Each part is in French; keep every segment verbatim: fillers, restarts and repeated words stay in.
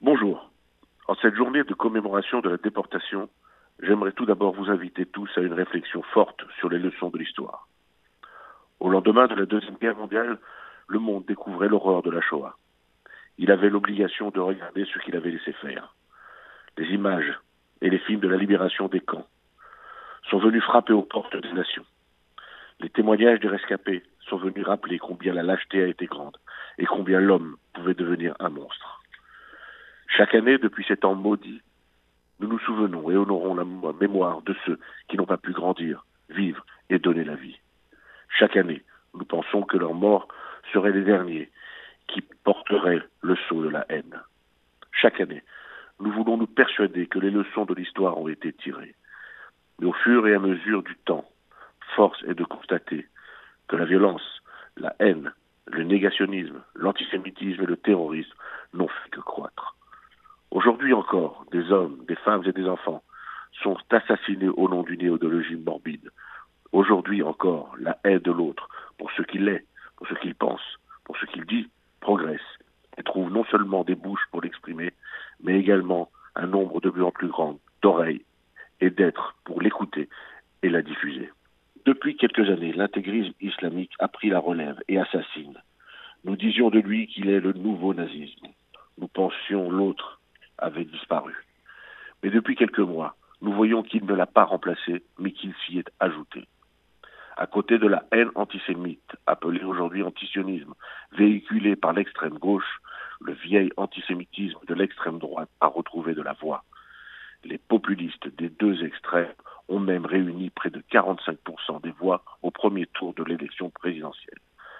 Bonjour. En cette journée de commémoration de la déportation, j'aimerais tout d'abord vous inviter tous à une réflexion forte sur les leçons de l'histoire. Au lendemain de la Deuxième Guerre mondiale, le monde découvrait l'horreur de la Shoah. Il avait l'obligation de regarder ce qu'il avait laissé faire. Les images et les films de la libération des camps sont venus frapper aux portes des nations. Les témoignages des rescapés sont venus rappeler combien la lâcheté a été grande et combien l'homme pouvait devenir un monstre. Chaque année, depuis ces temps maudits, nous nous souvenons et honorons la mémoire de ceux qui n'ont pas pu grandir, vivre et donner la vie. Chaque année, nous pensons que leurs morts seraient les derniers qui porteraient le sceau de la haine. Chaque année, nous voulons nous persuader que les leçons de l'histoire ont été tirées. Mais au fur et à mesure du temps, force est de constater que la violence, la haine, le négationnisme, l'antisémitisme et le terrorisme n'ont fait que croître. Aujourd'hui encore, des hommes, des femmes et des enfants sont assassinés au nom d'une idéologie morbide. Aujourd'hui encore, la haine de l'autre, pour ce qu'il est, pour ce qu'il pense, pour ce qu'il dit, progresse et trouve non seulement des bouches pour l'exprimer, mais également un nombre de plus en plus grand d'oreilles et d'êtres pour l'écouter et la diffuser. Depuis quelques années, l'intégrisme islamique a pris la relève et assassine. Nous disions de lui qu'il est le nouveau nazisme. Nous pensions l'autre avait disparu. Mais depuis quelques mois, nous voyons qu'il ne l'a pas remplacé, mais qu'il s'y est ajouté. À côté de la haine antisémite, appelée aujourd'hui antisionisme, véhiculée par l'extrême gauche, le vieil antisémitisme de l'extrême droite a retrouvé de la voix. Les populistes des deux extrêmes ont même réuni près de quarante-cinq pour cent des voix au premier tour de l'élection présidentielle.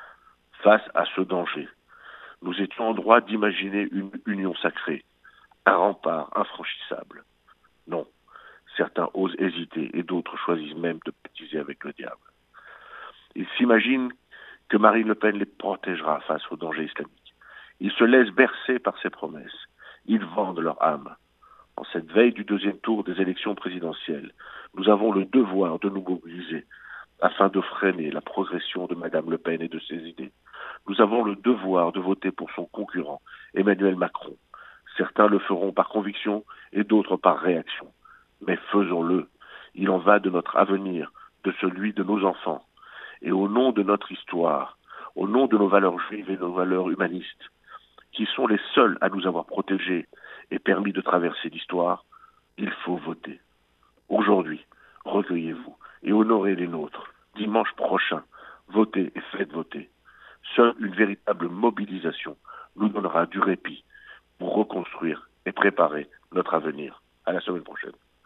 Face à ce danger, nous étions en droit d'imaginer une union sacrée, un rempart infranchissable. Non, certains osent hésiter et d'autres choisissent même de baptiser avec le diable. Ils s'imaginent que Marine Le Pen les protégera face au danger islamique. Ils se laissent bercer par ses promesses. Ils vendent leur âme. En cette veille du deuxième tour des élections présidentielles, nous avons le devoir de nous mobiliser afin de freiner la progression de Madame Le Pen et de ses idées. Nous avons le devoir de voter pour son concurrent, Emmanuel Macron. Certains le feront par conviction et d'autres par réaction. Mais faisons-le. Il en va de notre avenir, de celui de nos enfants. Et au nom de notre histoire, au nom de nos valeurs juives et nos valeurs humanistes, qui sont les seules à nous avoir protégés et permis de traverser l'histoire, il faut voter. Aujourd'hui, recueillez-vous et honorez les nôtres. Dimanche prochain, votez et faites voter. Seule une véritable mobilisation nous donnera du répit pour reconstruire et préparer notre avenir. À la semaine prochaine.